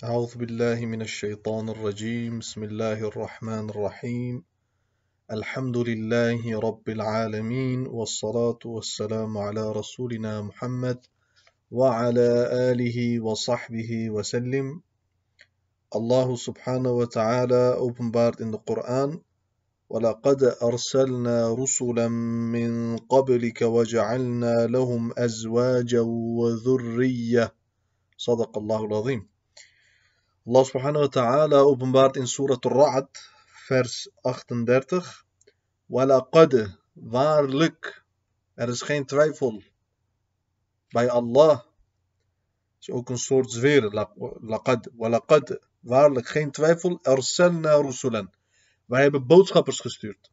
أعوذ بالله من الشيطان الرجيم بسم الله الرحمن الرحيم الحمد لله رب العالمين والصلاة والسلام على رسولنا محمد وعلى آله وصحبه وسلم. Allah subhanahu wa ta'ala openbaart in de Koran: وَلَقَدْ أَرْسَلْنَا رُسُلًا مِّن قَبْلِكَ وَجَعَلْنَا لَهُمْ أَزْوَاجًا وَذُرِّيَّةً صدق الله العظيم. Allah subhanahu wa ta'ala openbaart in Surat al-Ra'd, vers 38. وَلَقَدْ, waarlijk, er is geen twijfel bij Allah. Is ook een soort zweer. Laqad, walaqad, waarlijk, geen twijfel. Arsalna rusulan. Wij hebben boodschappers gestuurd.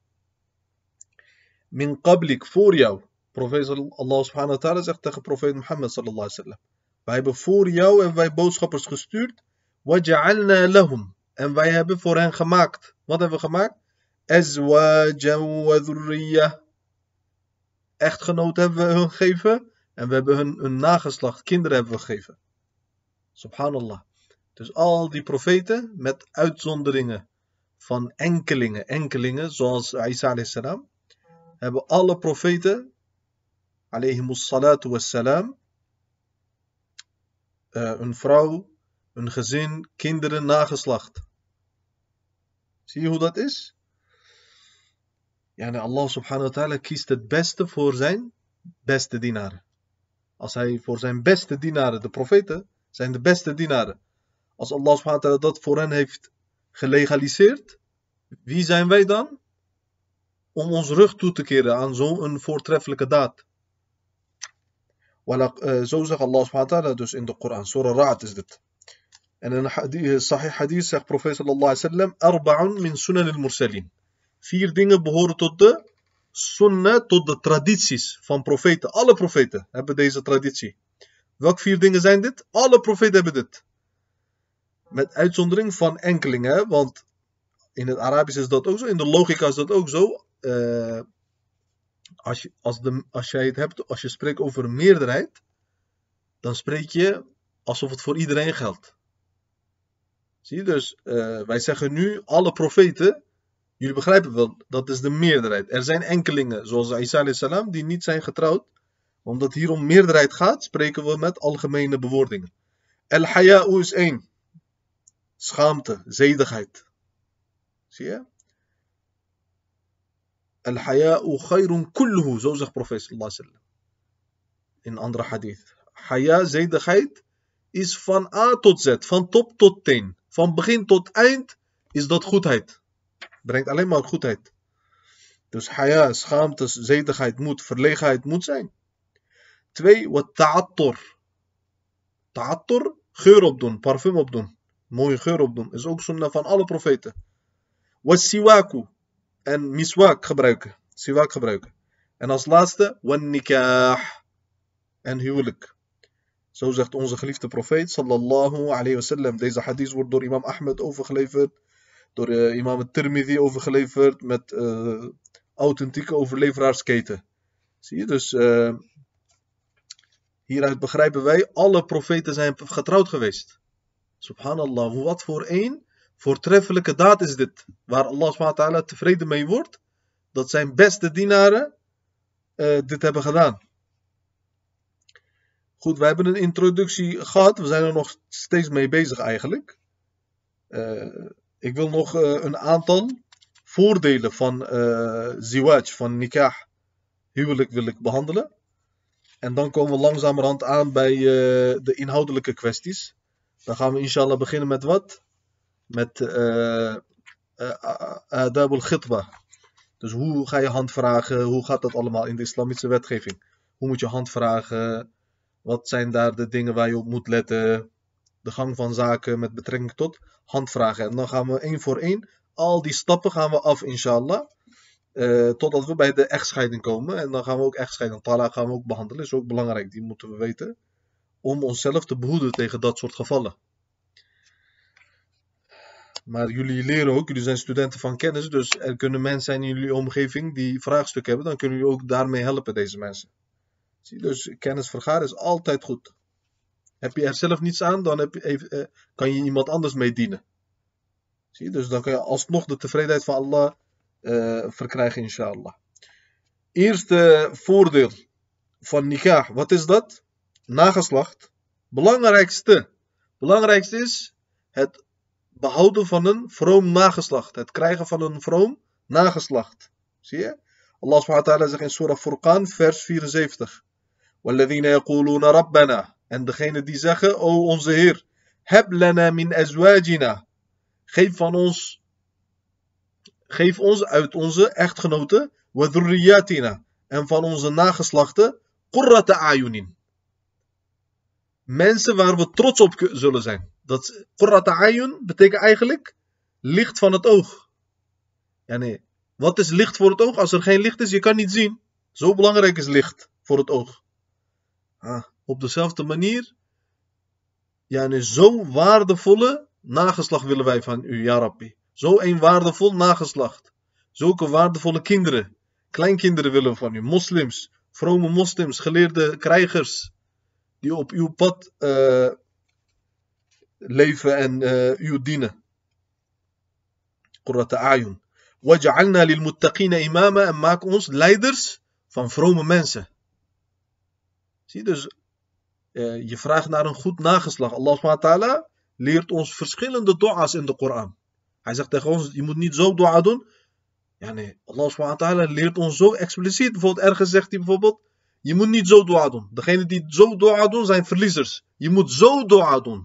Min qablik, voor jou. Profeet Allah subhanahu wa ta'ala zegt tegen profeet Mohammed sallallahu alaihi wasallam: wij hebben voor jou en wij boodschappers gestuurd. وَجَعَلْنَا لَهُمْ, en wij hebben voor hen gemaakt. Wat hebben we gemaakt? أَزْوَاجًا وَذُرِّيَّةً. Echtgenoten hebben we hun gegeven. En we hebben hun nageslacht, kinderen hebben we gegeven. Subhanallah. Dus al die profeten, met uitzonderingen van enkelingen, zoals Isa alayhi salam, hebben alle profeten, alayhimus salatu wassalam, een vrouw, een gezin, kinderen, nageslacht. Zie je hoe dat is? Allah subhanahu wa ta'ala kiest het beste voor zijn beste dienaren. Als hij voor zijn beste dienaren, de profeten, zijn de beste dienaren. Als Allah subhanahu wa ta'ala dat voor hen heeft gelegaliseerd, wie zijn wij dan? Om ons rug toe te keren aan zo'n voortreffelijke daad. Zo zegt Allah subhanahu wa ta'ala dus in de Koran. Surah Ra'd is dit. En in een sahih hadith zegt profeet sallallahu alaihi wasallam: Arba'un min sunan al-mursalin. 4 dingen behoren tot de sunnah, tot de tradities van profeten. Alle profeten hebben deze traditie. Welke 4 dingen zijn dit? Alle profeten hebben dit. Met uitzondering van enkelingen, want in het Arabisch is dat ook zo, in de logica is dat ook zo. Als je spreekt over een meerderheid, dan spreek je alsof het voor iedereen geldt. Zie je, dus wij zeggen nu alle profeten, jullie begrijpen wel, dat is de meerderheid. Er zijn enkelingen, zoals Isa alayhi salam, die niet zijn getrouwd. Omdat het hier om meerderheid gaat, spreken we met algemene bewoordingen. Al-haya'u is 1. Schaamte, zedigheid. Zie je? Al-haya'u khayrun kulluhu, zo zegt profeet sallallahu alaihi wasallam. In een andere hadith. Haya, zedigheid, is van A tot Z, van top tot teen. Van begin tot eind is dat goedheid. Brengt alleen maar goedheid. Dus haya, schaamte, zedigheid moet, verlegenheid moet zijn. 2, wat ta'attur. Ta'attur, geur opdoen, parfum opdoen. Mooie geur opdoen. Is ook sunnah van alle profeten. Wat siwaku. En miswak gebruiken. Siwak gebruiken. En als laatste, wan nikah. En huwelijk. Zo zegt onze geliefde profeet sallallahu alayhi wasallam. Deze hadith wordt door imam Ahmed overgeleverd. Door imam Tirmidhi overgeleverd. Met authentieke overleveraarsketen. Zie je, dus hieruit begrijpen wij, alle profeten zijn getrouwd geweest. Subhanallah, wat voor een voortreffelijke daad is dit. Waar Allah subhanahu wa ta'ala tevreden mee wordt. Dat zijn beste dienaren dit hebben gedaan. Goed, we hebben een introductie gehad. We zijn er nog steeds mee bezig eigenlijk. Ik wil nog een aantal voordelen van ziwaj, van nikah, huwelijk wil ik behandelen. En dan komen we langzamerhand aan bij de inhoudelijke kwesties. Dan gaan we inshallah beginnen met wat? Met adab al-khitba. Dus hoe ga je hand vragen? Hoe gaat dat allemaal in de islamitische wetgeving? Hoe moet je hand vragen? Wat zijn daar de dingen waar je op moet letten? De gang van zaken met betrekking tot handvragen. En dan gaan we 1 voor 1. Al die stappen gaan we af inshallah. Totdat we bij de echtscheiding komen. En dan gaan we ook echtscheiding. Talaq gaan we ook behandelen. Is ook belangrijk. Die moeten we weten. Om onszelf te behoeden tegen dat soort gevallen. Maar jullie leren ook. Jullie zijn studenten van kennis. Dus er kunnen mensen zijn in jullie omgeving die vraagstukken hebben. Dan kunnen jullie ook daarmee helpen, deze mensen. Zie, dus kennis vergaren is altijd goed. Heb je er zelf niets aan, dan kan je iemand anders mee dienen. Zie je? Dus dan kan je alsnog de tevredenheid van Allah verkrijgen, inshallah. Eerste voordeel van nikah, wat is dat? Nageslacht. Belangrijkste is het behouden van een vroom nageslacht. Het krijgen van een vroom nageslacht. Zie je? Allah subhanahu wa ta'ala zegt in Surah Furqan, vers 74. وَالَّذِينَ يَقُولُونَ رَبَّنَا. En degene die zeggen, o onze Heer, heb lana min azwajina. Geef ons uit onze echtgenoten, wa dhurriyatina, en van onze nageslachten, qurrata a'yunin. Mensen waar we trots op zullen zijn. Dat qurrata a'yun betekent eigenlijk licht van het oog. Ja, nee. Wat is licht voor het oog? Als er geen licht is, je kan niet zien. Zo belangrijk is licht voor het oog. Op dezelfde manier, ja, nee, zo'n waardevolle nageslacht willen wij van u, ja Rabbi. Zo een waardevol nageslacht. Zulke waardevolle kinderen. Kleinkinderen willen we van u. Moslims, vrome moslims, geleerde krijgers. Die op uw pad leven en u dienen. Qurrata a'yun. Waj'alna lil muttaqina imama. En maak ons leiders van vrome mensen. Zie dus, je vraagt naar een goed nageslacht. Allah subhanahu wa ta'ala leert ons verschillende du'a's in de Koran. Hij zegt tegen ons, je moet niet zo du'a doen. Ja nee, Allah subhanahu wa ta'ala leert ons zo expliciet. Bijvoorbeeld ergens zegt hij bijvoorbeeld, je moet niet zo du'a doen. Degenen die zo du'a doen zijn verliezers. Je moet zo du'a doen.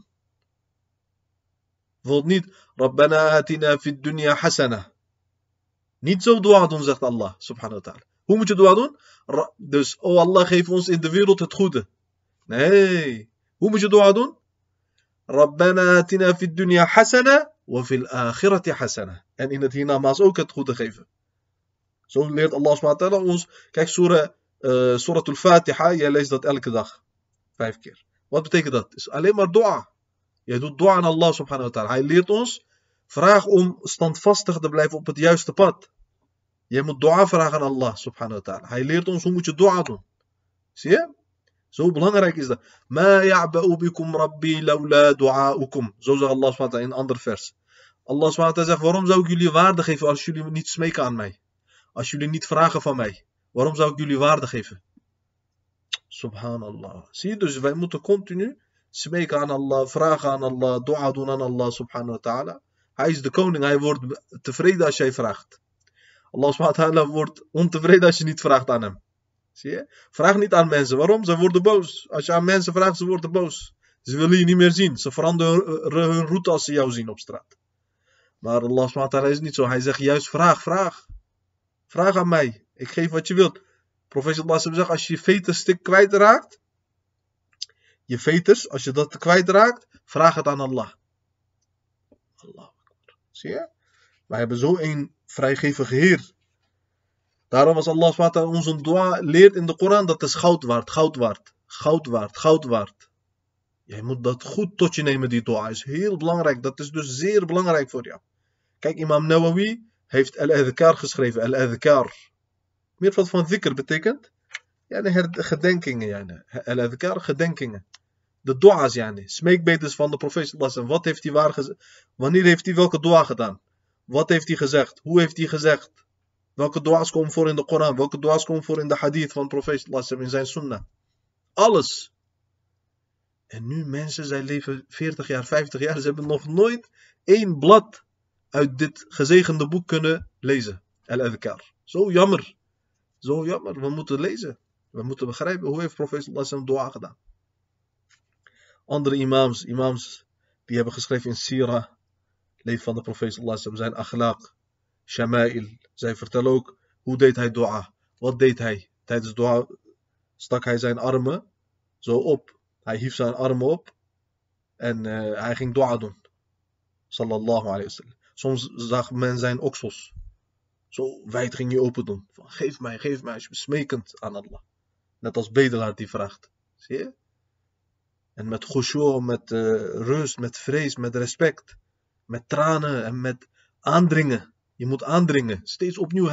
Bijvoorbeeld niet, Rabbana atina fid dunya hasana. Niet zo du'a doen, zegt Allah subhanahu wa ta'ala. Hoe moet je du'a doen? Dus, oh Allah, geef ons in de wereld het goede. Nee. Hoe moet je du'a doen? Rabbana atina fid dunya hasana wa fil akhirati hasana. En in het hiernamaals ook het goede geven. Zo leert Allah subhanahu wa ta'ala ons. Kijk, Surah al-Fatiha, jij leest dat elke dag. 5 keer. Wat betekent dat? Het is alleen maar du'a. Jij doet du'a aan Allah subhanahu wa ta'ala. Hij leert ons, vraag om standvastig te blijven op het juiste pad. Jij moet du'a vragen aan Allah subhanahu wa ta'ala. Hij leert ons hoe moet je du'a doen. Zie je? Zo belangrijk is dat. Ma ya'ba'u bikum rabbi lawla du'a'ukum. Zo zegt Allah subhanahu wa ta'ala in een ander vers. Allah subhanahu wa ta'ala zegt, waarom zou ik jullie waarde geven als jullie niet smeken aan mij? Als jullie niet vragen van mij. Waarom zou ik jullie waarde geven? Subhanallah. Zie je, dus wij moeten continu smeken aan Allah, vragen aan Allah, du'a doen aan Allah subhanahu wa ta'ala. Hij is de koning, hij wordt tevreden als jij vraagt. Allah subhanahu wa ta'ala wordt ontevreden als je niet vraagt aan hem. Zie je? Vraag niet aan mensen. Waarom? Ze worden boos. Als je aan mensen vraagt, ze worden boos. Ze willen je niet meer zien. Ze veranderen hun route als ze jou zien op straat. Maar Allah subhanahu wa ta'ala is niet zo. Hij zegt juist vraag. Vraag aan mij. Ik geef wat je wilt. Profeet sallallahu alaihi wasallam zegt, als je je veters kwijtraakt. Je veters, als je dat kwijtraakt, vraag het aan Allah. Allah. Zie je? Wij hebben zo een vrijgevige Heer. Daarom als Allah SWT ons een dua leert in de Koran, dat is goud waard. Jij moet dat goed tot je nemen, die dua is heel belangrijk. Dat is dus zeer belangrijk voor jou. Kijk, Imam Nawawi heeft al-adhkar geschreven, al-adhkar. Meervoud van dhikr betekent, gedenkingen. Al-adhkar, gedenkingen. De dua's, smeekbedens van de profeet sallallahu alaihi wasallam. Wat heeft hij gezegd? Wanneer heeft hij welke dua gedaan? Wat heeft hij gezegd? Hoe heeft hij gezegd? Welke dua's komen voor in de Koran? Welke dua's komen voor in de hadith van de profeet sallallahu alaihi wasallam in zijn sunnah? Alles. En nu mensen, zij leven 40 jaar, 50 jaar. Ze hebben nog nooit 1 blad uit dit gezegende boek kunnen lezen. Al-adhkar. Zo jammer. Zo jammer. We moeten lezen. We moeten begrijpen hoe heeft profeet sallallahu alaihi wasallam dua gedaan. Andere imams die hebben geschreven in Sirah, leven van de profeet sallallahu alaihi wasallam, zijn akhlaq, shama'il. Zij vertellen ook, hoe deed hij dua? Wat deed hij? Tijdens dua stak hij zijn armen zo op. Hij hief zijn armen op en hij ging dua doen. Sallallahu alaihi wasallam. Soms zag men zijn oksels. Zo wijd ging hij open doen. Van, geef mij, alsjeblieft, smekend aan Allah. Net als bedelaar die vraagt. Zie je? En met khushu', met rust, met vrees, met respect. Met tranen en met aandringen. Je moet aandringen. Steeds opnieuw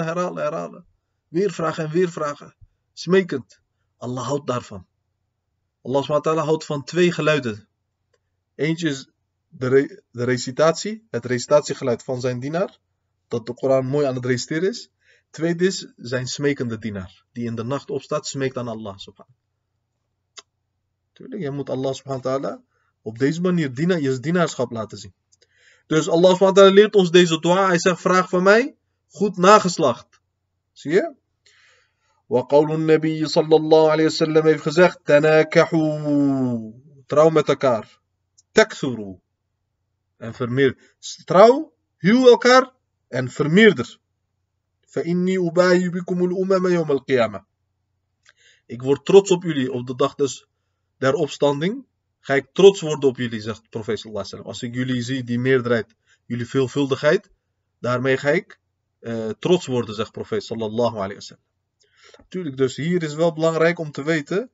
herhalen. Weer vragen en weer vragen. Smekend. Allah houdt daarvan. Allah subhanahu wa ta'ala houdt van 2 geluiden. Eentje is de recitatie, het recitatiegeluid van zijn dienaar, dat de Koran mooi aan het reciteren is. Tweede is zijn smekende dienaar, die in de nacht opstaat, smeekt aan Allah subhanahu. Tuurlijk, je moet Allah subhanahu wa ta'ala op deze manier je dienaarschap laten zien. Dus Allah subhanahu wa ta'ala leert ons deze dua. Hij zegt, vraag van mij goed nageslacht. Zie je? Wa qawlun nabi sallallahu alayhi wa sallam heeft gezegd, tanakahu, trouw met elkaar. Takthuru, en vermeerder. Trouw, huw elkaar en vermeerder. Fa inni ubahi bikumul umama yawm al-qiyamah. Ik word trots op jullie op de dag der opstanding. Ga ik trots worden op jullie, zegt de profeet sallallahu alaihi wasallam. Als ik jullie zie, die meerderheid, jullie veelvuldigheid, daarmee ga ik trots worden, zegt de profeet sallallahu alaihi wasallam. Natuurlijk, dus hier is wel belangrijk om te weten,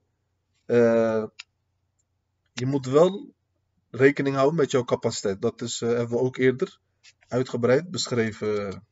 je moet wel rekening houden met jouw capaciteit. Dat is, hebben we ook eerder uitgebreid beschreven.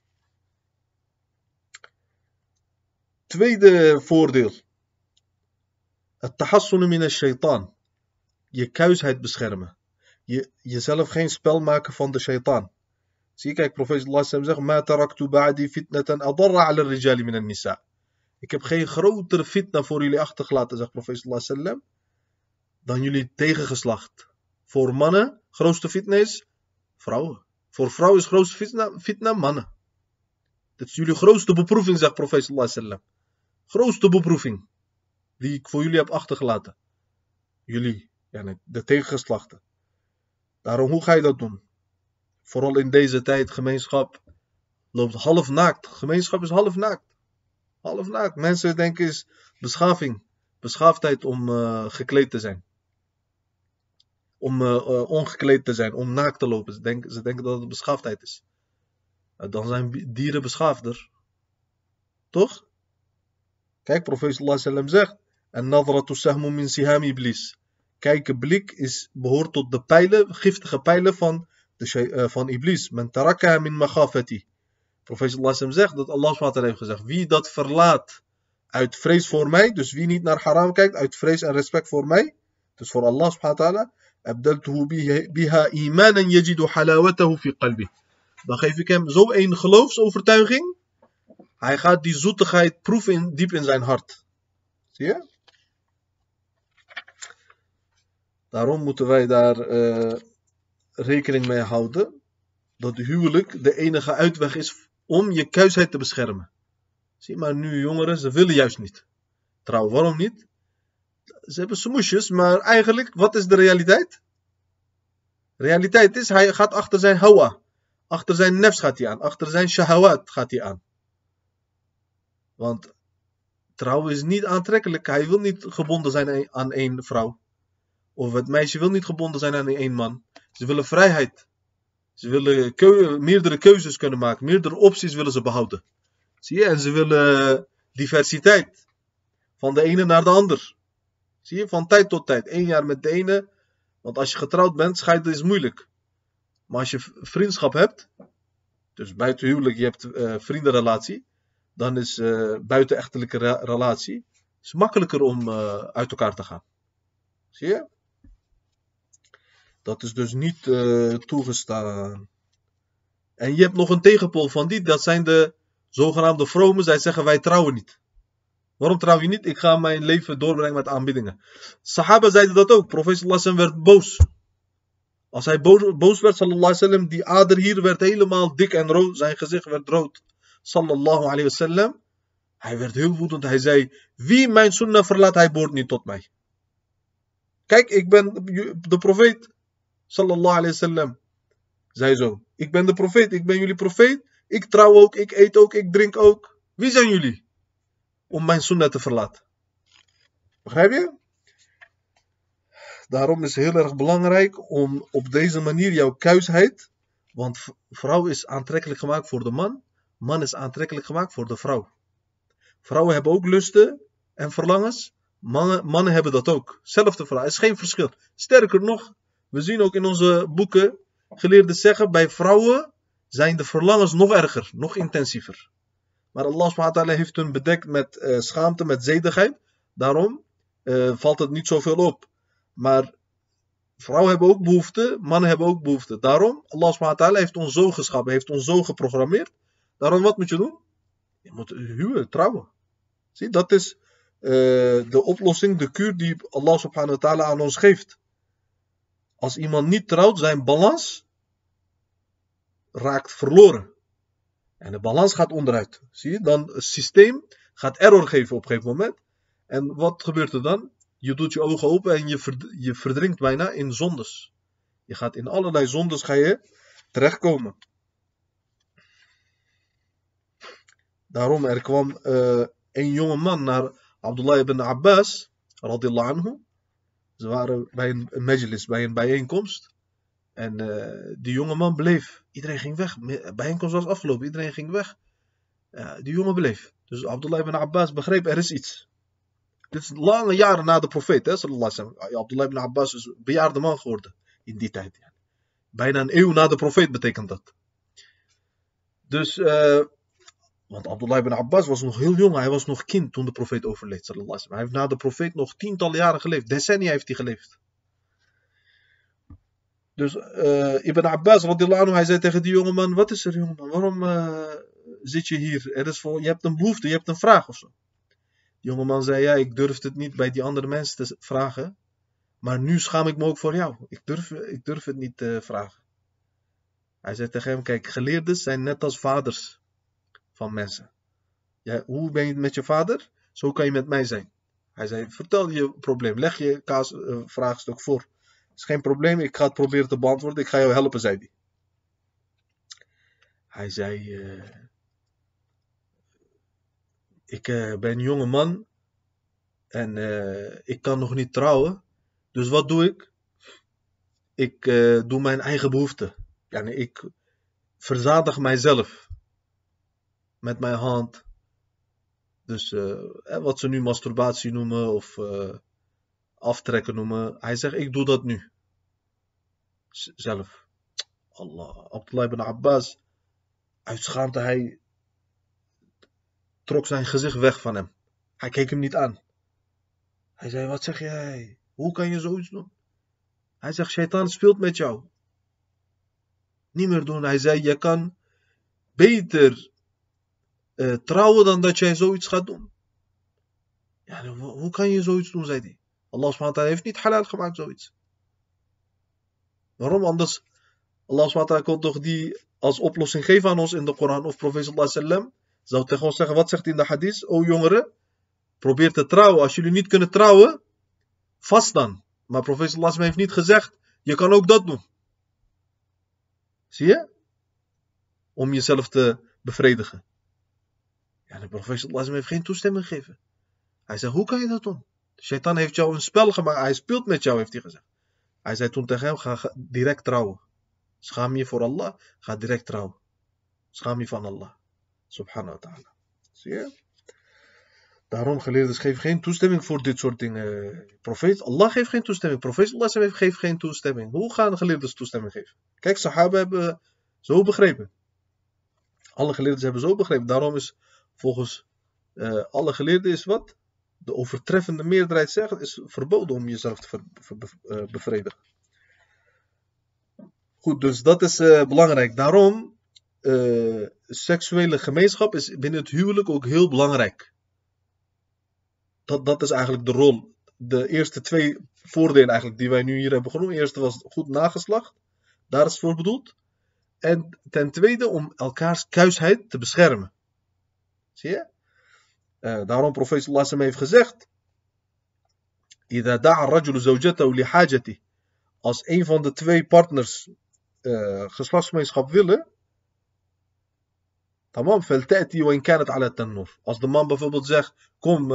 Tweede voordeel. Het tahassunu min ash-shaytaan. Je kuisheid beschermen. Jezelf geen spel maken van de shaytaan. Zie je, kijk, profeet sallallahu alaihi wasallam zegt, ma taraktu ba'di fitnatan adarra ala rijali min an-nisa. Ik heb geen grotere fitna voor jullie achtergelaten, zegt profeet sallallahu alaihi wasallam, dan jullie tegengeslacht. Voor mannen, grootste fitna is vrouwen. Voor vrouwen is grootste fitna mannen. Dit is jullie grootste beproeving, zegt profeet sallallahu alaihi wasallam. Grootste beproeving die ik voor jullie heb achtergelaten. Jullie, de tegengeslachten. Daarom, hoe ga je dat doen? Vooral in deze tijd, gemeenschap loopt half naakt. Gemeenschap is half naakt. Half naakt. Mensen denken is beschaving. Beschaafdheid om gekleed te zijn. Om ongekleed te zijn. Om naakt te lopen. Ze denken dat het beschaafdheid is. Dan zijn dieren beschaafder. Toch? Kijk, profeet sallallahu alaihi wasallam zegt, an-nadratu sahmun min siham iblis. Kijk, blik behoort tot de pijlen, giftige pijlen van iblis. Men taraka min makhafati. Profeet sallallahu alaihi wasallam zegt dat Allah subhanahu wa ta'ala heeft gezegd, wie dat verlaat uit vrees voor mij, dus wie niet naar haram kijkt, uit vrees en respect voor mij, dus voor Allah subhanahu wa ta'ala, abdaltuhu biha imanan yajidu halawatahu fi qalbi. Dan geef ik hem zo een geloofsovertuiging. Hij gaat die zoetigheid proeven diep in zijn hart. Zie je? Daarom moeten wij daar rekening mee houden. Dat de huwelijk de enige uitweg is om je kuisheid te beschermen. Zie maar nu jongeren, ze willen juist niet. Trouw, waarom niet? Ze hebben smoesjes, maar eigenlijk, wat is de realiteit? Realiteit is, hij gaat achter zijn hawa. Achter zijn nefs gaat hij aan. Achter zijn shahawat gaat hij aan. Want trouw is niet aantrekkelijk. Hij wil niet gebonden zijn aan één vrouw. Of het meisje wil niet gebonden zijn aan één man. Ze willen vrijheid. Ze willen meerdere keuzes kunnen maken. Meerdere opties willen ze behouden. Zie je? En ze willen diversiteit. Van de ene naar de ander. Zie je? Van tijd tot tijd. 1 jaar met de ene. Want als je getrouwd bent, scheiden is moeilijk. Maar als je vriendschap hebt. Dus buiten huwelijk, je hebt vriendenrelatie. Dan is buitenechtelijke relatie is makkelijker om uit elkaar te gaan. Zie je? Dat is dus niet toegestaan. En je hebt nog een tegenpool van die. Dat zijn de zogenaamde vromen. Zij zeggen wij trouwen niet. Waarom trouw je niet? Ik ga mijn leven doorbrengen met aanbiddingen. Sahaba zeiden dat ook. Profeet sallallahu alaihi wasallam werd boos. Als hij boos werd, sallallahu alaihi wasallam, die ader hier werd helemaal dik en rood. Zijn gezicht werd rood. Sallallahu alaihi wasallam. Hij werd heel woedend. Hij zei, wie mijn sunnah verlaat, hij behoort niet tot mij. Kijk, ik ben de profeet. Sallallahu alaihi wasallam. Zei zo. Ik ben de profeet. Ik ben jullie profeet. Ik trouw ook. Ik eet ook. Ik drink ook. Wie zijn jullie? Om mijn sunnah te verlaten. Begrijp je? Daarom is het heel erg belangrijk om op deze manier jouw kuisheid. Want vrouw is aantrekkelijk gemaakt voor de man. Man is aantrekkelijk gemaakt voor de vrouw. Vrouwen hebben ook lusten en verlangens. Mannen hebben dat ook. Zelfde verhaal. Er is geen verschil. Sterker nog, we zien ook in onze boeken geleerden zeggen, bij vrouwen zijn de verlangens nog erger, nog intensiever. Maar Allah subhanahu wa ta'ala heeft hun bedekt met schaamte, met zedigheid. Daarom valt het niet zoveel op. Maar vrouwen hebben ook behoefte, mannen hebben ook behoefte. Daarom, Allah subhanahu wa ta'ala heeft ons zo geschapen, heeft ons zo geprogrammeerd. Daarom, wat moet je doen? Je moet huwen, trouwen. Zie, dat is de oplossing, de kuur die Allah subhanahu wa ta'ala aan ons geeft. Als iemand niet trouwt, zijn balans raakt verloren. En de balans gaat onderuit. Zie je, dan het systeem gaat error geven op een gegeven moment. En wat gebeurt er dan? Je doet je ogen open en je verdrinkt bijna in zondes. Je gaat in allerlei zondes terechtkomen. Daarom, er kwam een jonge man naar Abdullah ibn Abbas, radiyallahu anhu. Ze waren bij een majlis, bij een bijeenkomst. En die jonge man bleef. Iedereen ging weg. De bijeenkomst was afgelopen. Iedereen ging weg. Die jongen bleef. Dus Abdullah ibn Abbas begreep, er is iets. Dit is lange jaren na de profeet. Hè, sallallahu alaihi wasallam. Abdullah ibn Abbas is een bejaarde man geworden in die tijd. Bijna een eeuw na de profeet betekent dat. Dus, want Abdullah ibn Abbas was nog heel jong. Hij was nog kind toen de profeet overleed. Sallallahu alaihi wasallam. Hij heeft na de profeet nog tientallen jaren geleefd. Decennia heeft hij geleefd. Dus Ibn Abbas, radiyallahu anhu, hij zei tegen die jongeman: wat is er, jongeman? Waarom zit je hier? Je hebt een behoefte, je hebt een vraag of zo. Die jongeman zei: ja, ik durfde het niet bij die andere mensen te vragen. Maar nu schaam ik me ook voor jou. Ik durf het niet te vragen. Hij zei tegen hem: kijk, geleerden zijn net als vaders van mensen. Ja, hoe ben je met je vader? Zo kan je met mij zijn. Hij zei: vertel je probleem. Leg je vraagstuk voor. Is geen probleem, ik ga het proberen te beantwoorden. Ik ga jou helpen, zei hij. Hij zei: ik ben een jonge man en ik kan nog niet trouwen. Dus wat doe ik? Ik doe mijn eigen behoeften. Yani ik verzadig mijzelf met mijn hand. Dus wat ze nu masturbatie noemen of aftrekken noemen. Hij zegt: ik doe dat nu. Zelf. Allah. Abdullah ibn Abbas. Uit schaamte, hij trok zijn gezicht weg van hem. Hij keek hem niet aan. Hij zei: wat zeg jij? Hoe kan je zoiets doen? Hij zegt: Shaitaan speelt met jou. Niet meer doen. Hij zei: je kan beter trouwen dan dat jij zoiets gaat doen. Ja, hoe kan je zoiets doen, zei hij. Allah subhanahu wa ta'ala heeft niet halal gemaakt zoiets. Waarom? Anders, Allah subhanahu wa ta'ala kon toch die als oplossing geven aan ons in de Koran of profeet sallallahu alaihi wasallam. Zou tegen ons zeggen, wat zegt hij in de hadith? O jongeren, probeer te trouwen. Als jullie niet kunnen trouwen, vast dan. Maar profeet sallallahu alaihi wasallam heeft niet gezegd, je kan ook dat doen. Zie je? Om jezelf te bevredigen. Ja, de profeet sallallahu alaihi wasallam heeft geen toestemming gegeven. Hij zei: hoe kan je dat doen? De shaitaan heeft jou een spel gemaakt. Hij speelt met jou, heeft hij gezegd. Hij zei toen tegen hem: ga direct trouwen. Schaam je voor Allah, ga direct trouwen. Schaam je van Allah. Subhanahu wa ta'ala. Zie je? Daarom, geleerden geven geen toestemming voor dit soort dingen. Profeet, Allah geeft geen toestemming. Profeet Allah geeft geen toestemming. Hoe gaan de geleerden toestemming geven? Kijk, Sahaba hebben zo begrepen. Alle geleerden hebben zo begrepen. Daarom is volgens alle geleerden is wat? De overtreffende meerderheid zegt, is verboden om jezelf te bevredigen. Goed, dus dat is belangrijk. Daarom, seksuele gemeenschap is binnen het huwelijk ook heel belangrijk. Dat is eigenlijk de rol. De eerste twee voordelen eigenlijk die wij nu hier hebben genoemd. De eerste was goed nageslacht. Daar is het voor bedoeld. En ten tweede om elkaars kuisheid te beschermen. Zie je? Daarom profeet sallallahu alaihi wasallam heeft gezegd: إذا دعا الرجل زوجته لحاجته. Als een van de twee partners geslachtsgemeenschap willen, tamam, فلتأتي وإن كانت على التنور. Als de man bijvoorbeeld zegt: kom,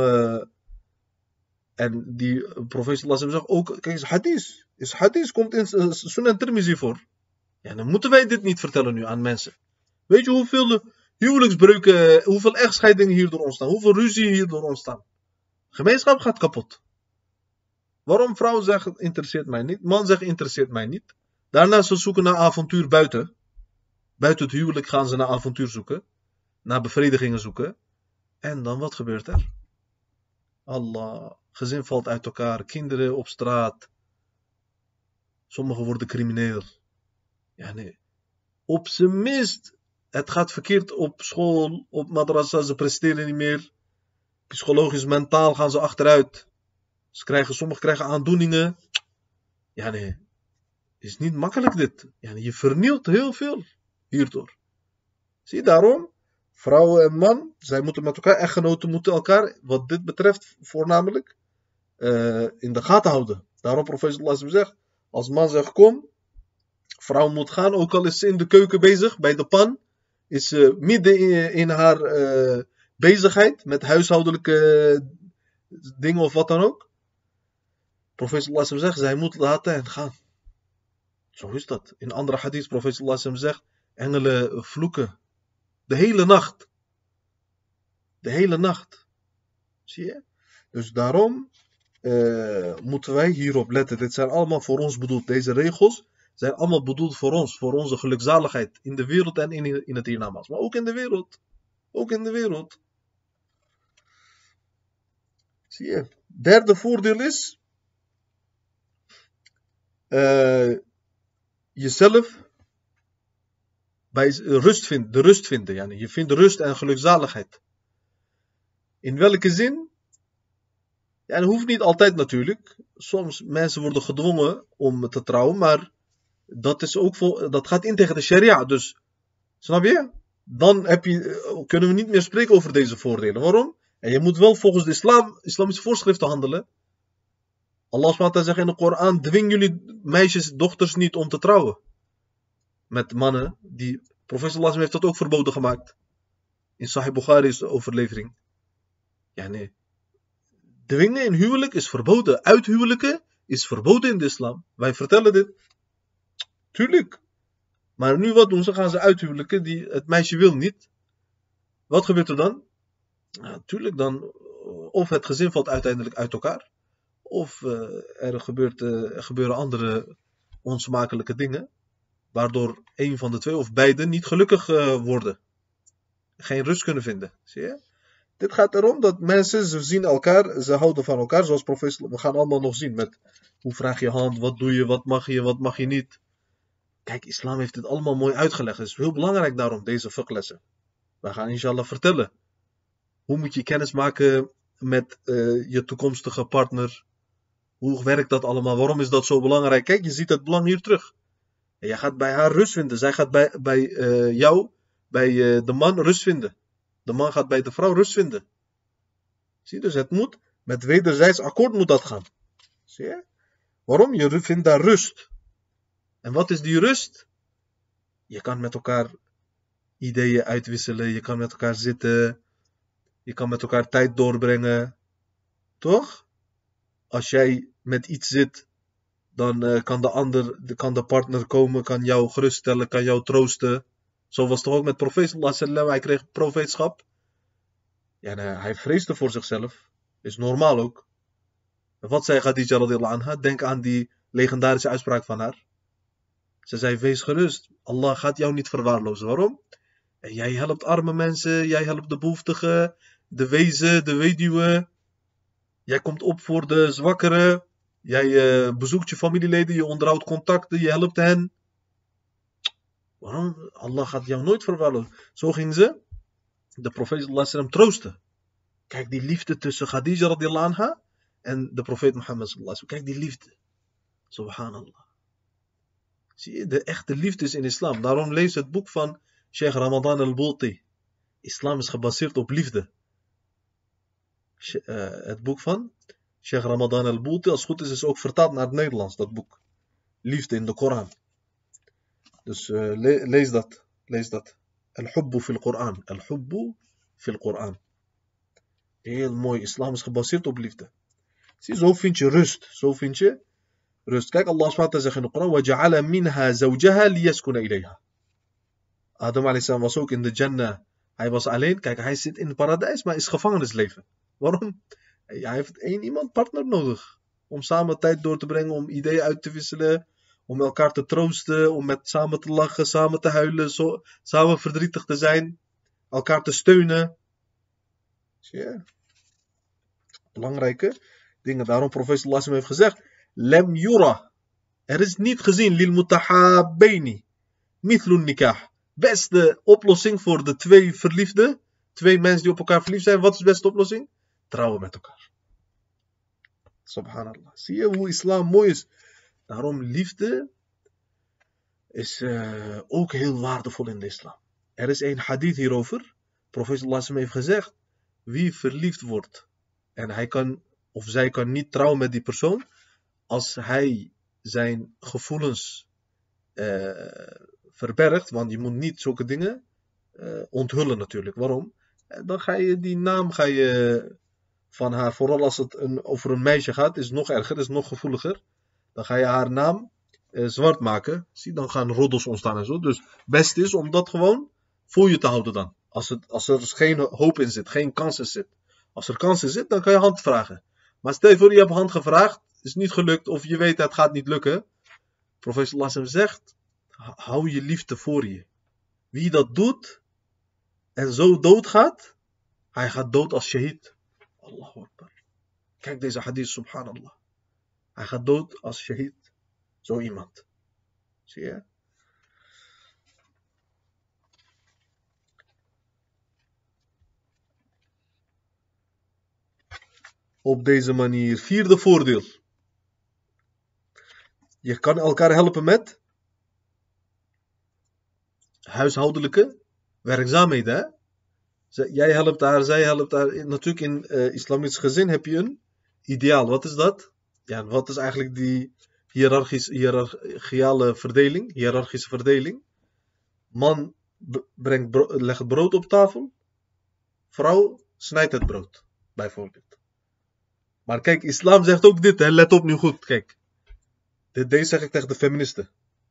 en die profeet sallallahu alaihi wasallam zegt ook, kijk, is hadith, komt in Sunan Tirmizi voor. Ja, dan moeten wij dit niet vertellen nu aan mensen. Weet je hoeveel huwelijksbreuken, hoeveel echtscheidingen hierdoor ontstaan, hoeveel ruzie hierdoor ontstaan. Gemeenschap gaat kapot. Waarom? Vrouw zegt: interesseert mij niet. Man zegt: interesseert mij niet. Daarna ze zoeken naar avontuur buiten. Buiten het huwelijk gaan ze naar avontuur zoeken. Naar bevredigingen zoeken. En dan wat gebeurt er? Allah. Gezin valt uit elkaar. Kinderen op straat. Sommigen worden crimineel. Ja, nee. Op zijn minst. Het gaat verkeerd op school. Op madrasa. Ze presteren niet meer. Psychologisch, mentaal gaan ze achteruit. Sommigen krijgen aandoeningen. Ja, nee. Is niet makkelijk dit. Ja, nee. Je vernielt heel veel hierdoor. Zie je, daarom. Vrouw en man. Zij moeten met elkaar. Echtgenoten moeten elkaar. Wat dit betreft voornamelijk. In de gaten houden. Daarom profeet sallallahu alaihi wasallam zegt. Als man zegt kom. Vrouw moet gaan. Ook al is ze in de keuken bezig. Bij de pan. Is ze midden in haar bezigheid. Met huishoudelijke dingen of wat dan ook. Profeet sallallahu alaihi wasallam zegt. Zij moet laten hen gaan. Zo is dat. In andere hadith. Profeet sallallahu alaihi wasallam zegt. Engelen vloeken. De hele nacht. De hele nacht. Zie je? Dus daarom moeten wij hierop letten. Dit zijn allemaal voor ons bedoeld. Deze regels zijn allemaal bedoeld voor ons. Voor onze gelukzaligheid. In de wereld en in het hiernamaals. Maar ook in de wereld. Ook in de wereld. Zie je? Derde voordeel is. Jezelf. Bij de rust vinden. Yani je vindt rust en gelukzaligheid. In welke zin? Ja, dat hoeft niet altijd natuurlijk. Soms mensen worden gedwongen om te trouwen, maar dat gaat in tegen de sharia. Dus, snap je? Dan kunnen we niet meer spreken over deze voordelen. Waarom? En je moet wel volgens de islamische voorschriften handelen. Allah SWT zegt in de Koran, dwing jullie meisjes, dochters niet om te trouwen. Met mannen. Profeet sallallahu heeft dat ook verboden gemaakt. In Sahih Bukhari is de overlevering. Ja, nee. Dwingen in huwelijk is verboden. Uithuwelijken is verboden in de islam. Wij vertellen dit. Tuurlijk. Maar nu wat doen ze? Gaan ze uithuwelijken. Het meisje wil niet. Wat gebeurt er dan? Ja, tuurlijk dan. Of het gezin valt uiteindelijk uit elkaar. Of er gebeuren andere onsmakelijke dingen. Waardoor een van de twee of beide niet gelukkig worden. Geen rust kunnen vinden. Zie je? Dit gaat erom dat mensen, ze zien elkaar, ze houden van elkaar. Zoals professor, we gaan allemaal nog zien met hoe vraag je hand, wat doe je, wat mag je niet. Kijk, islam heeft dit allemaal mooi uitgelegd. Het is heel belangrijk daarom, deze fiqhlessen. We gaan inshallah vertellen. Hoe moet je kennis maken met je toekomstige partner? Hoe werkt dat allemaal? Waarom is dat zo belangrijk? Kijk, je ziet het belang hier terug. En jij gaat bij haar rust vinden. Zij gaat bij jou, bij de man rust vinden. De man gaat bij de vrouw rust vinden. Zie je, dus het moet met wederzijds akkoord moet dat gaan. Zie je? Waarom? Je vindt daar rust. En wat is die rust? Je kan met elkaar ideeën uitwisselen. Je kan met elkaar zitten. Je kan met elkaar tijd doorbrengen. Toch? Als jij met iets zit, dan kan de partner komen, kan jou geruststellen, kan jou troosten. Zo was het toch ook met profeet sallallahu alaihi wasallam. Hij kreeg profeetschap. Ja, nee, hij vreesde voor zichzelf. Is normaal ook. En wat zei Khadija radhiyallahu anha? Denk aan die legendarische uitspraak van haar. Ze zei, wees gerust. Allah gaat jou niet verwaarlozen. Waarom? En jij helpt arme mensen. Jij helpt de behoeftigen. De wezen, de weduwe. Jij komt op voor de zwakkeren. Jij bezoekt je familieleden. Je onderhoudt contacten. Je helpt hen. Waarom? Allah gaat jou nooit verwaarlozen. Zo ging ze de profeet sallallahu alaihi wasallam troosten. Kijk die liefde tussen Khadija radhiyallahu anha en de profeet Mohammed sallallahu alaihi wasallam. Kijk die liefde. Subhanallah. Zie je, de echte liefde is in islam. Daarom lees het boek van Sheikh Ramadan al-Bulti. Islam is gebaseerd op liefde. Het boek van Sheikh Ramadan al-Bulti, als het goed is ook vertaald naar het Nederlands, dat boek. Liefde in de Koran. Dus lees dat. Lees dat. Al-Hubbu fil Koran. Al-Hubbu fil Koran. Heel mooi. Islam is gebaseerd op liefde. Zie, zo vind je rust. Zo vind je rust. Kijk, Allah SWT zegt in de Koran. وَجَعَلَ مِنْهَا زَوْجَهَا لِيَسْكُنَ إِلَيْهَا. Adam a.s. was ook in de Jannah. Hij was alleen. Kijk, hij zit in het paradijs, maar is gevangenisleven. Waarom? Hij heeft één partner nodig. Om samen tijd door te brengen. Om ideeën uit te wisselen. Om elkaar te troosten. Om samen te lachen. Samen te huilen. Samen verdrietig te zijn. Elkaar te steunen. Zie je? Belangrijke dingen. Daarom profeet sallallahu alaihi wasallam heeft gezegd, Lem yura. Er is niet gezien, lil mutahabbaini. Mithlun nikah. Beste oplossing voor de twee verliefden. Twee mensen die op elkaar verliefd zijn. Wat is de beste oplossing? Trouwen met elkaar. Subhanallah. Zie je hoe islam mooi is? Daarom liefde is ook heel waardevol in de islam. Er is een hadith hierover. Profeet sallallahu alaihi wasallam heeft gezegd, wie verliefd wordt en hij kan of zij kan niet trouwen met die persoon als hij zijn gevoelens verbergt, want je moet niet zulke dingen onthullen natuurlijk. Waarom? Dan ga je die naam van haar, vooral als het over een meisje gaat, is het nog erger, is nog gevoeliger. Dan ga je haar naam zwart maken. Zie, dan gaan roddels ontstaan en zo. Dus het beste is om dat gewoon voor je te houden dan. Als er dus geen hoop in zit, geen kans in zit. Als er kans in zit, dan kan je hand vragen. Maar stel je voor, je hebt hand gevraagd, is niet gelukt, of je weet dat het gaat niet lukken. Profeet sallallahu alaihi wasallam zegt, hou je liefde voor je. Wie dat doet en zo doodgaat, hij gaat dood als shahid. Allahu Akbar. Kijk deze hadith, subhanallah. Hij gaat dood als shahid. Zo iemand. Zie je? Op deze manier. Vierde voordeel. Je kan elkaar helpen met huishoudelijke werkzaamheden. Hè? Jij helpt haar, zij helpt haar. Natuurlijk in islamitisch gezin heb je een ideaal. Wat is dat? Ja, wat is eigenlijk die hiërarchische verdeling? Man legt het brood op tafel. Vrouw snijdt het brood. Bijvoorbeeld. Maar kijk, islam zegt ook dit. Hè? Let op nu goed. Kijk. Deze zeg ik tegen de feministen.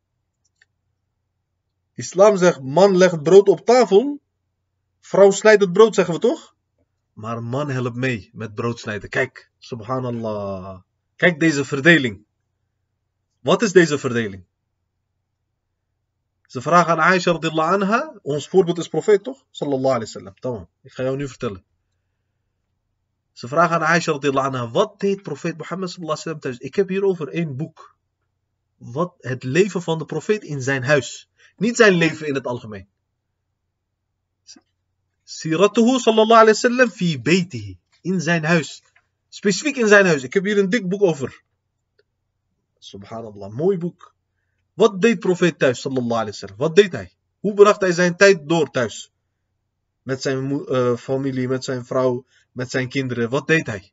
Islam zegt, man legt het brood op tafel. Vrouw snijdt het brood, zeggen we toch? Maar man helpt mee met brood snijden. Kijk, subhanallah. Kijk deze verdeling. Wat is deze verdeling? Ze vragen aan Aisha radhiyallahu anha. Ons voorbeeld is profeet toch? Sallallahu alaihi wasallam. Tamam. Ik ga jou nu vertellen. Ze vragen aan Aisha radhiyallahu anha. Wat deed profeet Mohammed sallallahu alaihi wasallam thuis? Ik heb hierover één boek. Wat het leven van de profeet in zijn huis. Niet zijn leven in het algemeen. Siratuhu sallallahu alaihi wasallam fi baytihi. In zijn huis. Specifiek in zijn huis. Ik heb hier een dik boek over. Subhanallah, mooi boek. Wat deed profeet thuis sallallahu alaihi wasallam? Wat deed hij? Hoe bracht hij zijn tijd door thuis? Met zijn familie, met zijn vrouw, met zijn kinderen. Wat deed hij?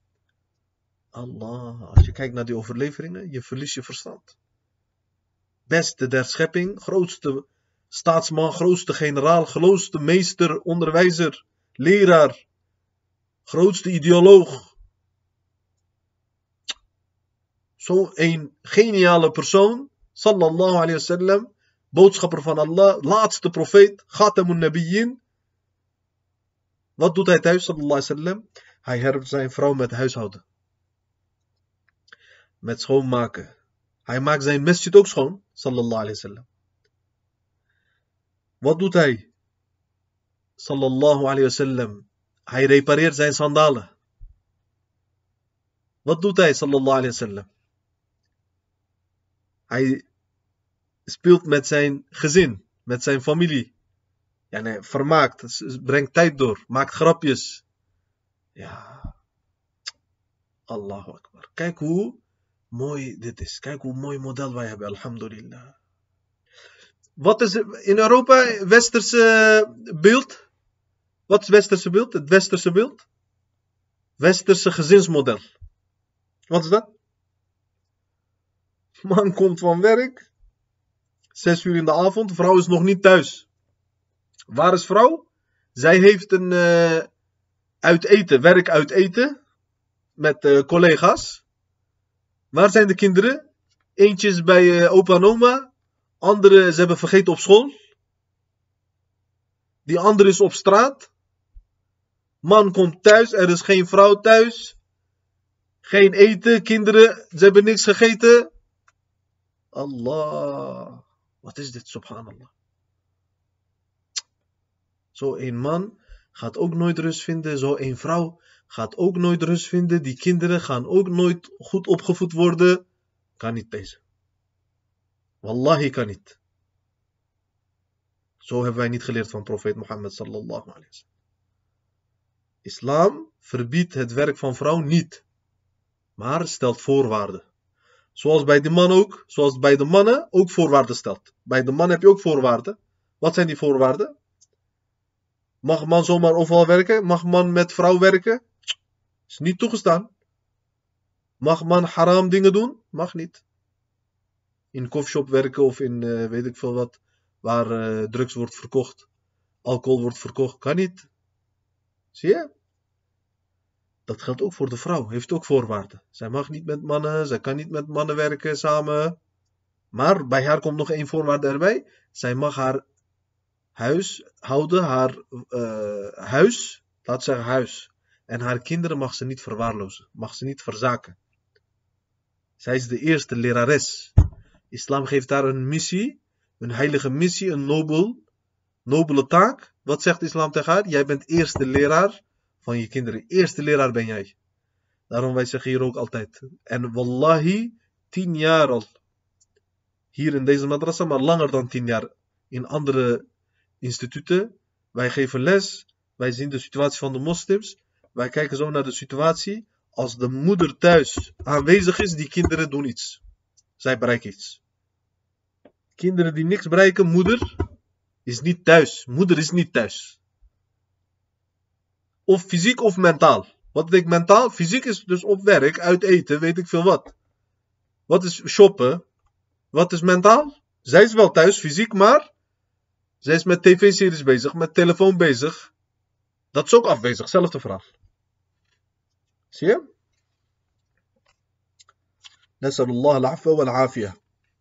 Allah, als je kijkt naar die overleveringen, je verliest je verstand. Beste der schepping, grootste staatsman, grootste generaal, grootste meester, onderwijzer, leraar, grootste ideoloog. Zo'n geniale persoon, sallallahu alayhi wasallam, boodschapper van Allah, laatste profeet, Khatamun Nabiyyin. Wat doet hij thuis, sallallahu alayhi wasallam? Hij helpt zijn vrouw met huishouden. Met schoonmaken. Hij maakt zijn masjid ook schoon, sallallahu alayhi wasallam. Wat doet hij? Sallallahu alayhi wasallam. Hij repareert zijn sandalen. Wat doet hij, sallallahu alayhi wasallam? Hij speelt met zijn gezin, met zijn familie. Ja, nee, vermaakt, brengt tijd door, maakt grapjes. Ja, Allahu Akbar. Kijk hoe mooi dit is. Kijk hoe mooi model wij hebben, alhamdulillah. Wat is in Europa westerse beeld? Wat is westerse beeld? Het westerse beeld? Westerse gezinsmodel. Wat is dat? Man komt van werk. 6 uur in de avond. Vrouw is nog niet thuis. Waar is vrouw? Zij heeft een werk uit eten. Met collega's. Waar zijn de kinderen? Eentje is bij opa en oma. Andere, ze hebben vergeten op school. Die andere is op straat. Man komt thuis. Er is geen vrouw thuis. Geen eten. Kinderen, ze hebben niks gegeten. Allah. Wat is dit, subhanallah. Zo een man gaat ook nooit rust vinden. Zo een vrouw gaat ook nooit rust vinden. Die kinderen gaan ook nooit goed opgevoed worden. Kan niet deze. Wallahi kan niet. Zo hebben wij niet geleerd van profeet Mohammed sallallahu alayhi wa sallam. Islam verbiedt het werk van vrouw niet. Maar stelt voorwaarden. Zoals bij de man ook. Zoals bij de mannen ook voorwaarden stelt. Bij de man heb je ook voorwaarden. Wat zijn die voorwaarden? Mag man zomaar overal werken? Mag man met vrouw werken? Is niet toegestaan. Mag man haram dingen doen? Mag niet. In coffeeshop werken of in weet ik veel wat. Waar drugs wordt verkocht. Alcohol wordt verkocht. Kan niet. Zie je? Dat geldt ook voor de vrouw. Heeft ook voorwaarden. Zij mag niet met mannen. Zij kan niet met mannen werken samen. Maar bij haar komt nog één voorwaarde erbij. Zij mag haar huis houden. Haar huis. Laat zeggen huis. En haar kinderen mag ze niet verwaarlozen. Mag ze niet verzaken. Zij is de eerste lerares. Islam geeft haar een missie. Een heilige missie. Een nobele taak. Wat zegt islam tegen haar? Jij bent eerste leraar van je kinderen. Eerste leraar ben jij. Daarom wij zeggen hier ook altijd. En wallahi, 10 jaar al. Hier in deze madrasa, maar langer dan 10 jaar. In andere instituten. Wij geven les. Wij zien de situatie van de moslims. Wij kijken zo naar de situatie. Als de moeder thuis aanwezig is, die kinderen doen iets. Zij bereiken iets. Kinderen die niks bereiken, moeder is niet thuis. Moeder is niet thuis. Of fysiek of mentaal. Wat betekent mentaal? Fysiek is dus op werk, uit eten, weet ik veel wat. Wat is shoppen? Wat is mentaal? Zij is wel thuis, fysiek, maar zij is met tv-series bezig, met telefoon bezig. Dat is ook afwezig, zelfde verhaal. Zie je? Nasalullah al-afwa wal-afiyah.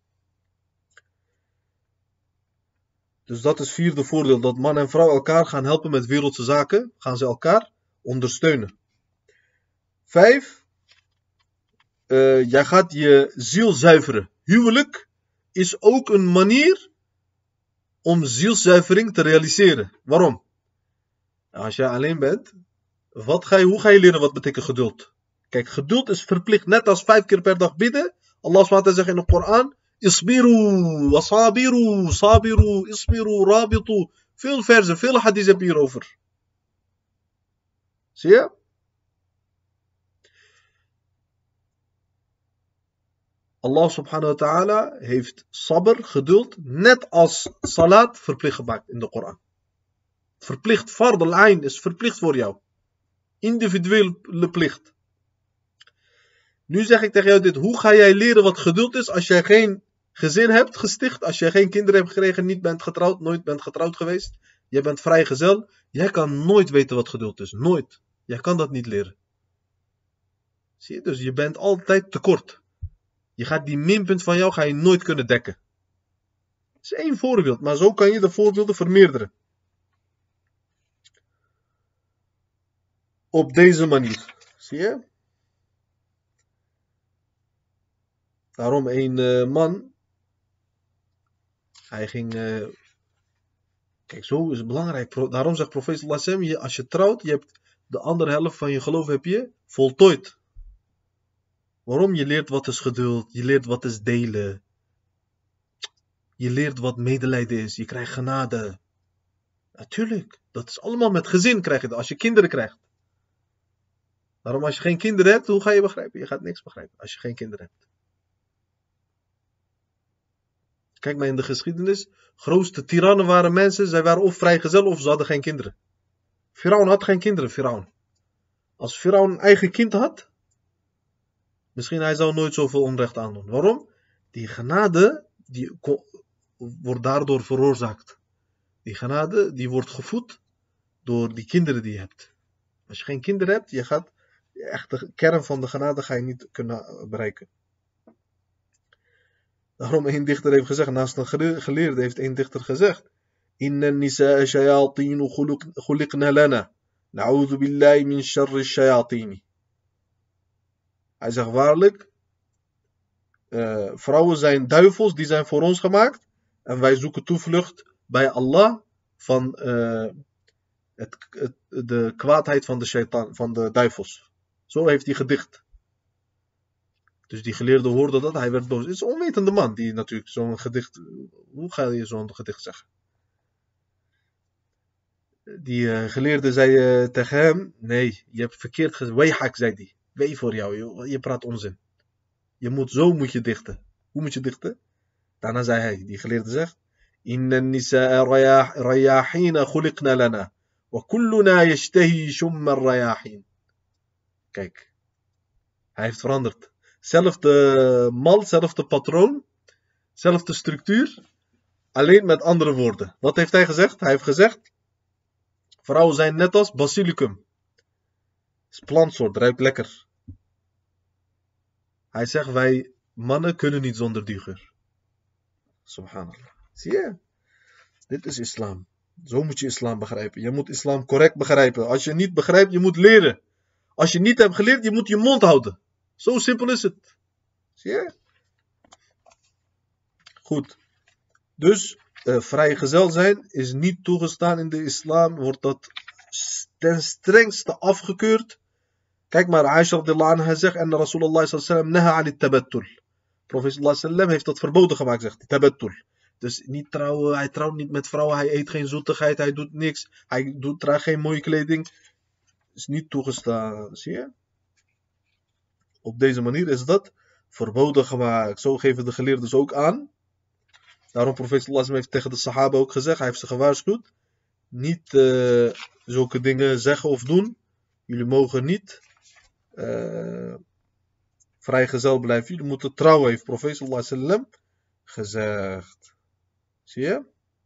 Dus dat is vierde voordeel. Dat man en vrouw elkaar gaan helpen met wereldse zaken. Gaan ze elkaar ondersteunen. 5. Jij gaat je ziel zuiveren. Huwelijk is ook een manier om zielszuivering te realiseren. Waarom? Als jij alleen bent, hoe ga je leren wat betekent geduld? Kijk, geduld is verplicht. Net als 5 keer per dag bidden. Allah SWT zegt in de Koran. Isbiru, wasabiru, sabiru, isbiru, rabitu. Veel verzen, veel hadith heb je hierover. Zie je? Allah subhanahu wa ta'ala heeft sabr, geduld, net als salat verplicht gemaakt in de Koran. Verplicht, fard al-ain is verplicht voor jou. Individuele plicht. Nu zeg ik tegen jou dit. Hoe ga jij leren wat geduld is als jij geen gezin hebt gesticht? Als jij geen kinderen hebt gekregen, niet bent getrouwd, nooit bent getrouwd geweest. Jij bent vrijgezel. Jij kan nooit weten wat geduld is. Nooit. Jij kan dat niet leren. Zie je? Dus je bent altijd tekort. Je gaat die minpunt van jou ga je nooit kunnen dekken. Dat is één voorbeeld. Maar zo kan je de voorbeelden vermeerderen. Op deze manier. Zie je? Daarom een man. Hij ging. Kijk, zo is het belangrijk. Daarom zegt profeet sallallahu alaihi wasallam, als je trouwt, je hebt de andere helft van je geloof heb je voltooid. Waarom? Je leert wat is geduld. Je leert wat is delen. Je leert wat medelijden is. Je krijgt genade. Natuurlijk. Dat is allemaal met gezin krijg je dat. Als je kinderen krijgt. Daarom als je geen kinderen hebt, hoe ga je begrijpen? Je gaat niks begrijpen als je geen kinderen hebt. Kijk maar in de geschiedenis. Grootste tirannen waren mensen. Zij waren of vrijgezel of ze hadden geen kinderen. Firaun had geen kinderen. Firaun. Als Firaun een eigen kind had. Misschien hij zou nooit zoveel onrecht aandoen. Waarom? Die genade die wordt daardoor veroorzaakt. Die genade die wordt gevoed door die kinderen die je hebt. Als je geen kinderen hebt, je gaat echt de kern van de genade ga je niet kunnen bereiken. Daarom een dichter heeft gezegd, naast een geleerde heeft een dichter gezegd. Inna nisa'a shayatinu khuliqna lana. Na'udhu billahi min sharri shayatini. Hij zegt waarlijk, vrouwen zijn duivels, die zijn voor ons gemaakt. En wij zoeken toevlucht bij Allah van de kwaadheid van de shaitan, van de duivels. Zo heeft hij gedicht. Dus die geleerde hoorde dat, hij werd boos. Het is een onwetende man die natuurlijk zo'n gedicht... Hoe ga je zo'n gedicht zeggen? Die geleerde zei tegen hem... Nee, je hebt verkeerd gezegd. Weihak, zei hij. Wee voor jou, je praat onzin. Zo moet je dichten. Hoe moet je dichten? Daarna zei hij, die geleerde zegt... Inna nisa'a rayahina khuliqna lana. Wa kulluna yashtahi shumma rayahin. Kijk. Hij heeft veranderd. Zelfde mal, zelfde patroon, zelfde structuur, alleen met andere woorden. Wat heeft hij gezegd? Hij heeft gezegd, vrouwen zijn net als basilicum. Het is plantsoort, ruikt lekker. Hij zegt, wij mannen kunnen niet zonder die geur. Subhanallah. Zie je? Dit is islam. Zo moet je islam begrijpen. Je moet islam correct begrijpen. Als je niet begrijpt, je moet leren. Als je niet hebt geleerd, je moet je mond houden. Zo simpel is het. Zie je? Goed. Dus vrijgezel zijn is niet toegestaan in de islam. Wordt dat ten strengste afgekeurd. Kijk maar, Aisha radhiyallahu anha zegt en Rasulullah sallallahu naha ali tabattul. Profeet sallallahu alaihi wasallam heeft dat verboden gemaakt, zegt hij. Tabattul. Dus niet trouwen, hij trouwt niet met vrouwen, hij eet geen zoetigheid, hij doet niks. Hij draagt geen mooie kleding. Is niet toegestaan, zie je? Op deze manier is dat verboden gemaakt. Zo geven de geleerden dus ook aan. Daarom profeet sallallahu alaihi wasallam heeft tegen de sahaba ook gezegd. Hij heeft ze gewaarschuwd. Niet zulke dingen zeggen of doen. Jullie mogen niet vrijgezel blijven. Jullie moeten trouwen, heeft profeet sallallahu alaihi wasallam gezegd. Zie je?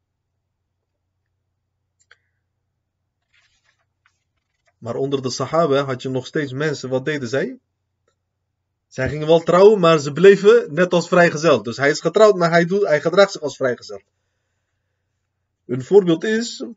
Maar onder de sahaba had je nog steeds mensen. Wat deden zij? Zij gingen wel trouwen, maar ze bleven net als vrijgezel. Dus hij is getrouwd, maar hij gedraagt zich als vrijgezel. Een voorbeeld is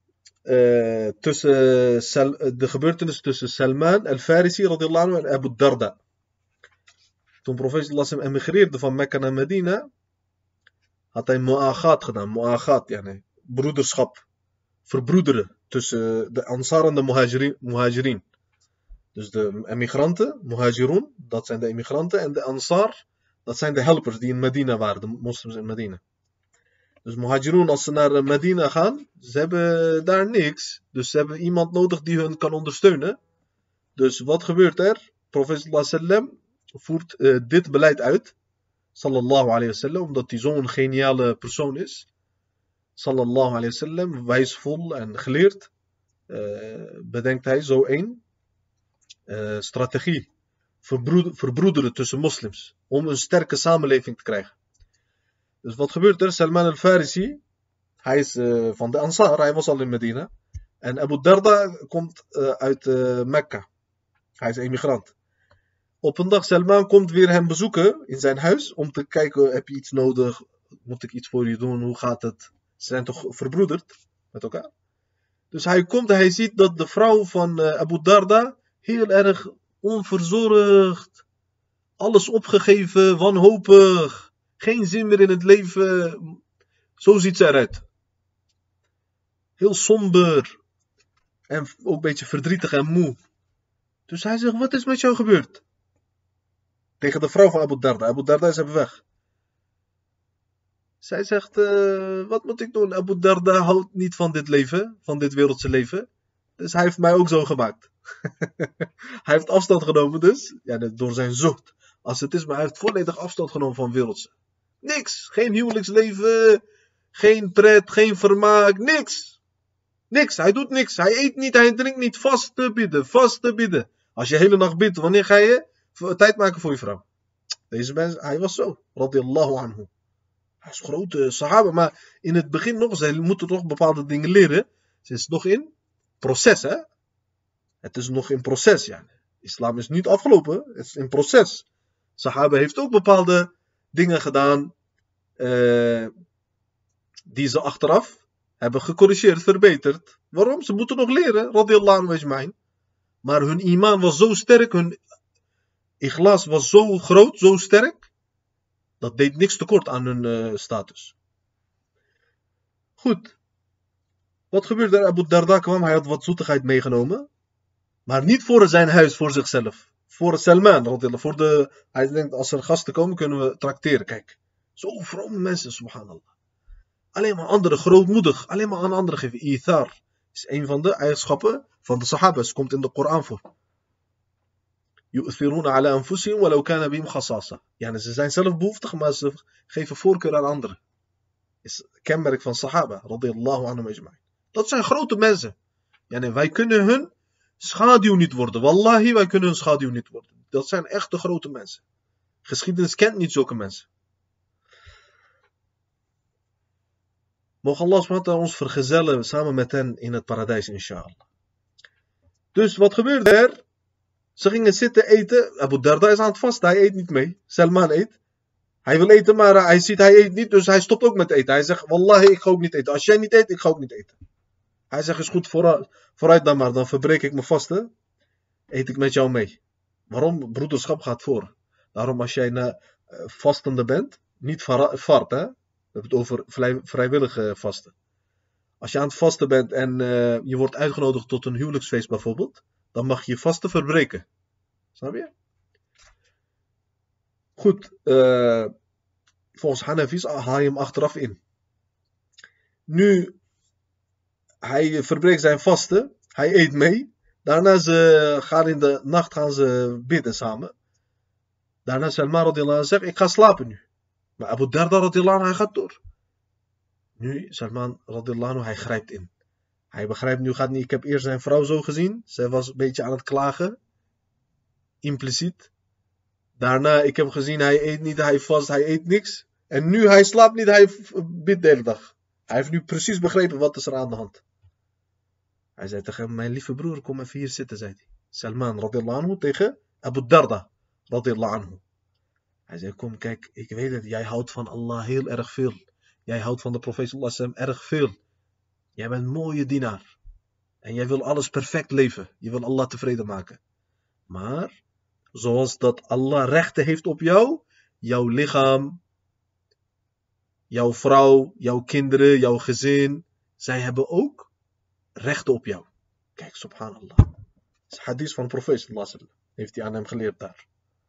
de gebeurtenis tussen Salman al-Farisi radiyallahu anhu en Abu Darda. Toen profeet sallallahu alaihi wasallam emigreerde van Mekka naar Medina, had hij mu'aghat gedaan. Mu'aghat, yani, broederschap. Verbroederen tussen de Ansar en de Muhajirin. Dus de emigranten, Muhajirun, dat zijn de emigranten. En de Ansar, dat zijn de helpers die in Medina waren, de moslims in Medina. Dus Muhajirun, als ze naar Medina gaan, ze hebben daar niks. Dus ze hebben iemand nodig die hun kan ondersteunen. Dus wat gebeurt er? Profeet sallallahu alaihi wasallam voert dit beleid uit. Sallallahu alaihi wasallam, omdat hij zo'n geniale persoon is. Sallallahu alaihi wasallam, wijsvol en geleerd. Bedenkt hij zo één strategie. Verbroederen tussen moslims. Om een sterke samenleving te krijgen. Dus wat gebeurt er? Salman al-Farisi, hij is van de Ansar, hij was al in Medina. En Abu Darda komt uit Mekka. Hij is emigrant. Op een dag, Salman komt weer hem bezoeken in zijn huis. Om te kijken, heb je iets nodig? Moet ik iets voor je doen? Hoe gaat het? Ze zijn toch verbroederd met elkaar? Dus hij komt en hij ziet dat de vrouw van Abu Darda heel erg onverzorgd. Alles opgegeven, wanhopig. Geen zin meer in het leven. Zo ziet ze eruit. Heel somber. En ook een beetje verdrietig en moe. Dus hij zegt, wat is met jou gebeurd? Tegen de vrouw van Abu Darda. Abu Darda is even weg. Zij zegt, wat moet ik doen? Abu Darda houdt niet van dit leven. Van dit wereldse leven. Dus hij heeft mij ook zo gemaakt. Hij heeft afstand genomen dus. Ja, door zijn zocht. Als het is, maar hij heeft volledig afstand genomen van wereldse. Niks. Geen huwelijksleven. Geen pret. Geen vermaak. Niks. Niks. Hij doet niks. Hij eet niet. Hij drinkt niet. Vast te bidden. Vast te bidden. Als je de hele nacht bidt. Wanneer ga je tijd maken voor je vrouw? Deze mens. Hij was zo. Radiyallahu anhu. Hij is een grote sahaba. Maar in het begin nog. Ze moeten toch bepaalde dingen leren. Ze is nog in proces. Hè? Het is nog in proces. Ja. Islam is niet afgelopen. Het is in proces. Sahaba heeft ook bepaalde dingen gedaan die ze achteraf hebben gecorrigeerd, verbeterd. Waarom? Ze moeten nog leren, radiyallahu anhu ajma'in. Maar hun iman was zo sterk, hun ikhlas was zo groot, zo sterk, dat deed niks tekort aan hun status. Goed. Wat gebeurde er? Abu Darda kwam, hij had wat zoetigheid meegenomen. Maar niet voor zijn huis, voor zichzelf. Voor Salman, hij denkt, als er gasten komen, kunnen we trakteren. Kijk, zo vrome mensen, subhanallah. Alleen maar anderen, grootmoedig. Alleen maar aan anderen geven. Ithar is een van de eigenschappen van de Sahabas. Komt in de Koran voor. Yu'thiruna ala anfusihim walau kana bihim khasasa. Ja, ze zijn zelf behoeftig, maar ze geven voorkeur aan anderen. Is kenmerk van Sahaba, radiyallahu anhum ajma'in. Dat zijn grote mensen. Ja, wij kunnen hun schaduw niet worden. Wallahi, wij kunnen hun schaduw niet worden. Dat zijn echte grote mensen. Geschiedenis kent niet zulke mensen. Mogen Allah SWT ons vergezellen samen met hen in het paradijs, inshallah. Dus wat gebeurde er? Ze gingen zitten eten. Abu Darda is aan het vasten, hij eet niet mee. Salman eet. Hij wil eten, maar hij ziet hij eet niet, dus hij stopt ook met eten. Hij zegt, wallahi, ik ga ook niet eten. Als jij niet eet, ik ga ook niet eten. Hij zegt, is goed, vooruit dan maar. Dan verbreek ik mijn vasten. Eet ik met jou mee. Waarom? Broederschap gaat voor. Daarom als jij vastende bent, niet fard, hè. We hebben het over vrijwillige vasten. Als je aan het vasten bent en je wordt uitgenodigd tot een huwelijksfeest bijvoorbeeld, dan mag je vasten verbreken. Snap je? Goed, volgens Hanafis haal je hem achteraf in. Nu, hij verbreekt zijn vasten, hij eet mee. Daarna gaan in de nacht bidden samen. Daarna Salman radiyallahu anhu zegt, ik ga slapen nu. Maar Abu Darda radiyallahu anhu, hij gaat door. Nu, Salman radiyallahu anhu, hij grijpt in. Hij begrijpt nu gaat niet, ik heb eerst zijn vrouw zo gezien. Zij was een beetje aan het klagen. Impliciet. Daarna, ik heb gezien, hij eet niet, hij vast, hij eet niks. En nu, hij slaapt niet, hij bidt de hele dag. Hij heeft nu precies begrepen wat is er aan de hand. Hij zei tegen hem, mijn lieve broer, kom even hier zitten, zei hij. Salman radiyallahu anhu tegen Abu Darda radiyallahu anhu. Hij zei, kom kijk, ik weet het, jij houdt van Allah heel erg veel. Jij houdt van de profeet sallallahu alaihi wasallam erg veel. Jij bent een mooie dienaar. En jij wil alles perfect leven. Je wil Allah tevreden maken. Maar, zoals dat Allah rechten heeft op jou, jouw lichaam, jouw vrouw, jouw kinderen, jouw gezin, zij hebben ook rechten op jou. Kijk, subhanallah. Dat is hadith van de profeet sallallahu alaihi wasallam. Heeft hij aan hem geleerd daar.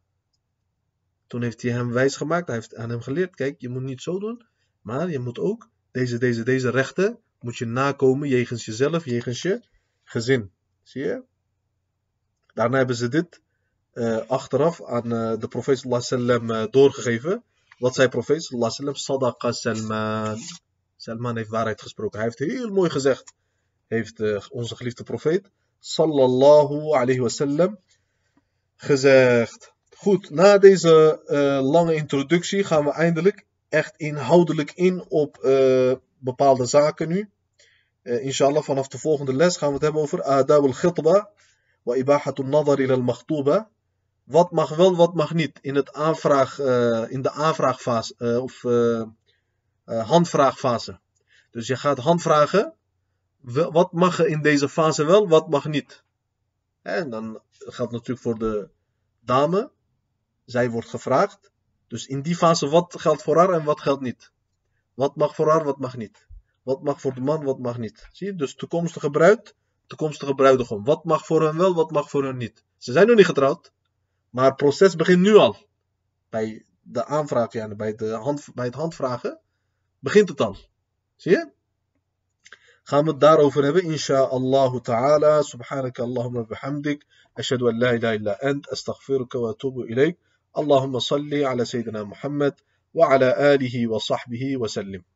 Toen heeft hij hem wijsgemaakt. Hij heeft aan hem geleerd. Kijk, je moet niet zo doen. Maar je moet ook deze rechten moet je nakomen jegens jezelf, jegens je gezin. Zie je? Daarna hebben ze dit achteraf aan de profeet sallallahu alaihi wasallam doorgegeven. Wat zei profeet sallallahu alaihi wasallam? Sadaqa Salman. Salman heeft waarheid gesproken. Hij heeft heel mooi gezegd. Heeft onze geliefde profeet sallallahu alaihi wasallam gezegd. Goed, na deze lange introductie gaan we eindelijk echt inhoudelijk in op bepaalde zaken nu. Inshallah, vanaf de volgende les gaan we het hebben over adab al-khitba wa ibahatul nadar ila al-makhtuba. Wat mag wel, wat mag niet in de aanvraagfase of handvraagfase. Dus je gaat handvragen. Wat mag er in deze fase wel, wat mag niet. En dan geldt natuurlijk voor de dame. Zij wordt gevraagd. Dus in die fase, wat geldt voor haar en wat geldt niet. Wat mag voor haar, wat mag niet. Wat mag voor de man, wat mag niet. Zie je? Dus toekomstige bruid, toekomstige bruidegom. Wat mag voor hen wel, wat mag voor hen niet. Ze zijn nog niet getrouwd. Maar het proces begint nu al. Bij de aanvraag, ja, bij het handvragen, begint het al. Zie je? Gaan we het daarover hebben, insha'Allah ta'ala. Subhanaka Allahumma bihamdik. Ashhadu an la ilaha illa ant. Astaghfiruka wa atubu ilayk. Allahumma salli ala Sayyidina Muhammad wa ala alihi wa sahbihi wa sallim.